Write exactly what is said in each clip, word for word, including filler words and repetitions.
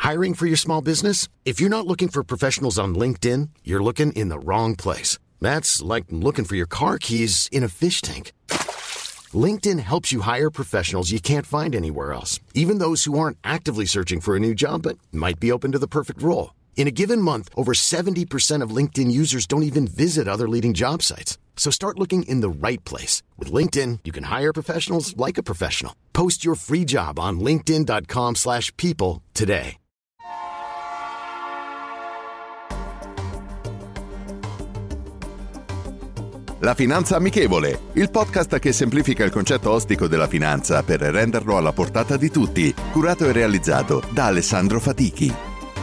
Hiring for your small business? If you're not looking for professionals on LinkedIn, you're looking in the wrong place. That's like looking for your car keys in a fish tank. LinkedIn helps you hire professionals you can't find anywhere else, even those who aren't actively searching for a new job but might be open to the perfect role. In a given month, over seventy percent of LinkedIn users don't even visit other leading job sites. So start looking in the right place. With LinkedIn, you can hire professionals like a professional. Post your free job on linkedin.com slash people today. La Finanza Amichevole, il podcast che semplifica il concetto ostico della finanza per renderlo alla portata di tutti, curato e realizzato da Alessandro Fatichi.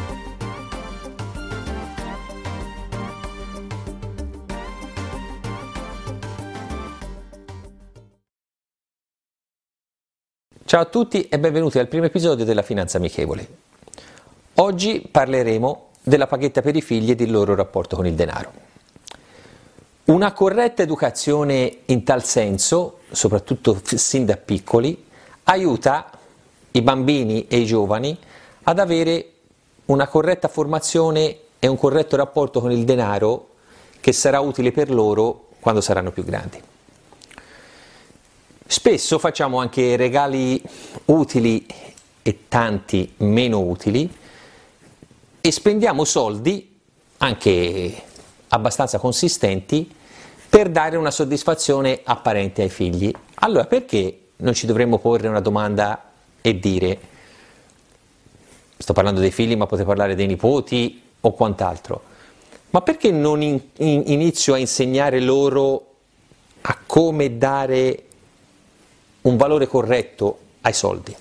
Ciao a tutti e benvenuti al primo episodio della Finanza Amichevole. Oggi parleremo della paghetta per i figli e del loro rapporto con il denaro. Una corretta educazione in tal senso, soprattutto sin da piccoli, aiuta i bambini e i giovani ad avere una corretta formazione e un corretto rapporto con il denaro che sarà utile per loro quando saranno più grandi. Spesso facciamo anche regali utili e tanti meno utili e spendiamo soldi, anche abbastanza consistenti, per dare una soddisfazione apparente ai figli. Allora perché non ci dovremmo porre una domanda e dire, sto parlando dei figli ma potrei parlare dei nipoti o quant'altro, ma perché non in, in, inizio a insegnare loro a come dare un valore corretto ai soldi?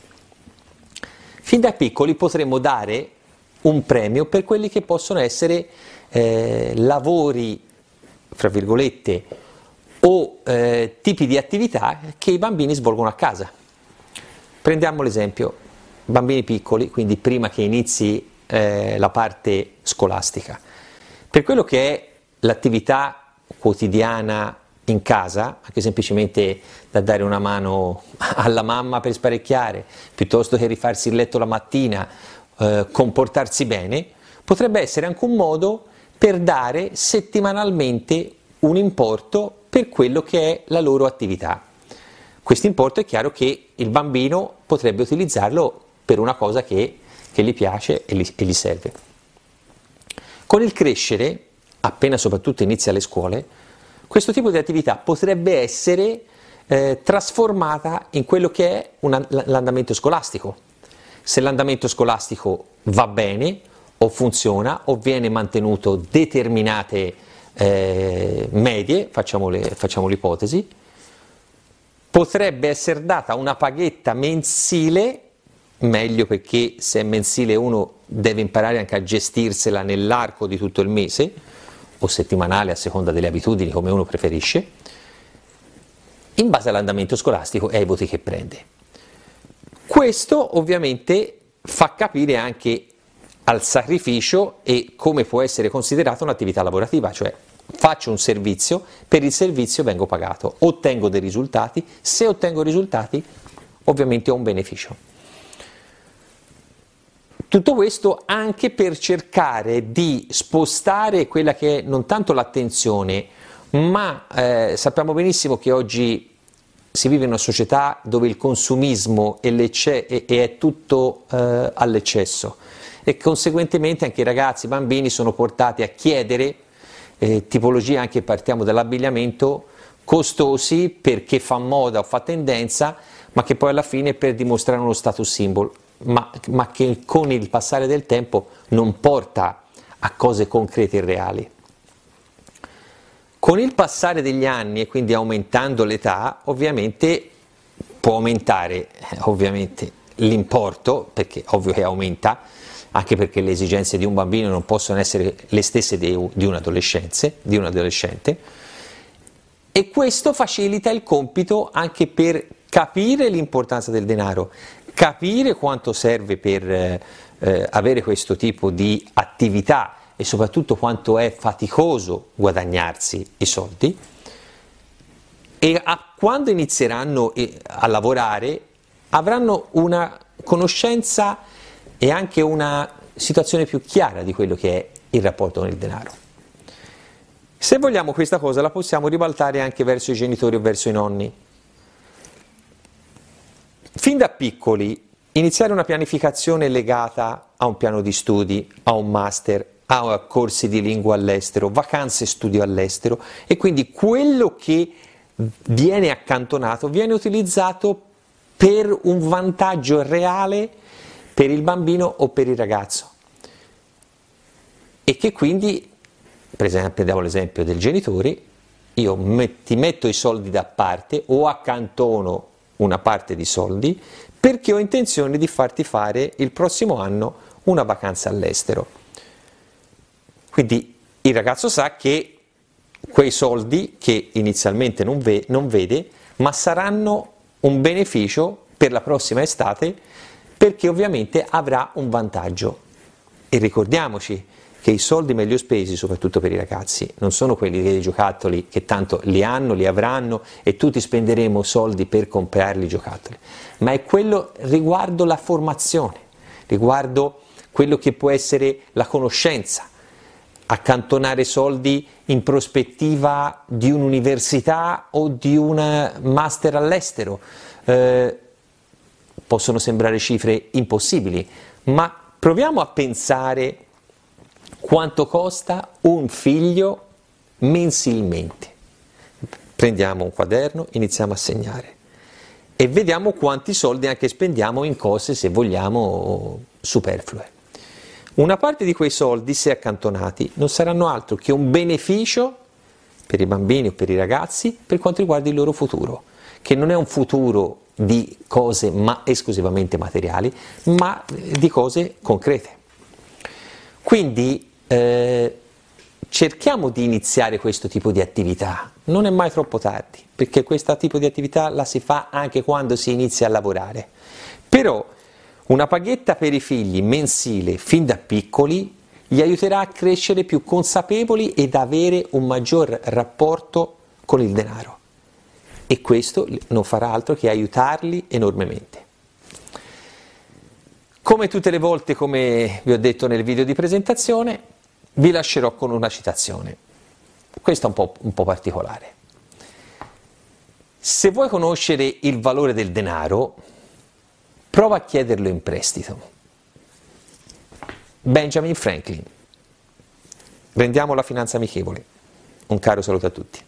Fin da piccoli potremmo dare un premio per quelli che possono essere eh, lavori, fra virgolette, o eh, tipi di attività che i bambini svolgono a casa. Prendiamo l'esempio, bambini piccoli, quindi prima che inizi eh, la parte scolastica. Per quello che è l'attività quotidiana in casa, anche semplicemente da dare una mano alla mamma per sparecchiare, piuttosto che rifarsi il letto la mattina, eh, comportarsi bene, potrebbe essere anche un modo per dare settimanalmente un importo per quello che è la loro attività. Questo importo è chiaro che il bambino potrebbe utilizzarlo per una cosa che, che gli piace e gli, e gli serve. Con il crescere, appena soprattutto inizia le scuole, questo tipo di attività potrebbe essere eh, trasformata in quello che è una, l'andamento scolastico. Se l'andamento scolastico va bene, o funziona, o viene mantenuto determinate eh, medie, facciamo, le, facciamo l'ipotesi, potrebbe essere data una paghetta mensile, meglio perché se è mensile uno deve imparare anche a gestirsela nell'arco di tutto il mese, o settimanale a seconda delle abitudini, come uno preferisce, in base all'andamento scolastico e ai voti che prende. Questo ovviamente fa capire anche al sacrificio e come può essere considerata un'attività lavorativa, cioè faccio un servizio, per il servizio vengo pagato, ottengo dei risultati, se ottengo risultati ovviamente ho un beneficio. Tutto questo anche per cercare di spostare quella che è non tanto l'attenzione, ma eh, sappiamo benissimo che oggi si vive in una società dove il consumismo e, e, e è tutto eh, all'eccesso e conseguentemente anche i ragazzi, i bambini sono portati a chiedere eh, tipologie, anche partiamo dall'abbigliamento, costosi perché fa moda o fa tendenza, ma che poi alla fine per dimostrare uno status symbol. Ma, ma che con il passare del tempo non porta a cose concrete e reali. Con il passare degli anni e quindi aumentando l'età, ovviamente può aumentare ovviamente l'importo, perché ovvio che aumenta, anche perché le esigenze di un bambino non possono essere le stesse di, di un adolescente, di un adolescente, e questo facilita il compito anche per capire l'importanza del denaro, capire quanto serve per eh, avere questo tipo di attività e soprattutto quanto è faticoso guadagnarsi i soldi, e a, quando inizieranno a lavorare avranno una conoscenza e anche una situazione più chiara di quello che è il rapporto con il denaro. Se vogliamo questa cosa la possiamo ribaltare anche verso i genitori o verso i nonni. Fin da piccoli iniziare una pianificazione legata a un piano di studi, a un master, a corsi di lingua all'estero, vacanze studio all'estero, e quindi quello che viene accantonato viene utilizzato per un vantaggio reale per il bambino o per il ragazzo, e che quindi, per esempio, prendiamo l'esempio del genitore, io met- ti metto i soldi da parte o accantono una parte di soldi perché ho intenzione di farti fare il prossimo anno una vacanza all'estero. Quindi il ragazzo sa che quei soldi, che inizialmente non, ve- non vede, ma saranno un beneficio per la prossima estate, perché ovviamente avrà un vantaggio. E ricordiamoci che i soldi meglio spesi, soprattutto per i ragazzi, non sono quelli dei giocattoli che tanto li hanno, li avranno e tutti spenderemo soldi per comprarli i giocattoli, ma è quello riguardo la formazione, riguardo quello che può essere la conoscenza, accantonare soldi in prospettiva di un'università o di un master all'estero. Eh, possono sembrare cifre impossibili, ma proviamo a pensare quanto costa un figlio mensilmente. Prendiamo un quaderno, iniziamo a segnare e vediamo quanti soldi anche spendiamo in cose, se vogliamo, superflue. Una parte di quei soldi, se accantonati, non saranno altro che un beneficio per i bambini o per i ragazzi per quanto riguarda il loro futuro, che non è un futuro di cose ma esclusivamente materiali, ma di cose concrete. Quindi eh, cerchiamo di iniziare questo tipo di attività, non è mai troppo tardi, perché questo tipo di attività la si fa anche quando si inizia a lavorare. Però una paghetta per i figli mensile fin da piccoli gli aiuterà a crescere più consapevoli ed avere un maggior rapporto con il denaro. E questo non farà altro che aiutarli enormemente. Come tutte le volte, come vi ho detto nel video di presentazione, vi lascerò con una citazione. Questa è un po', un po' particolare. Se vuoi conoscere il valore del denaro, prova a chiederlo in prestito. Benjamin Franklin. Rendiamo la finanza amichevole. Un caro saluto a tutti.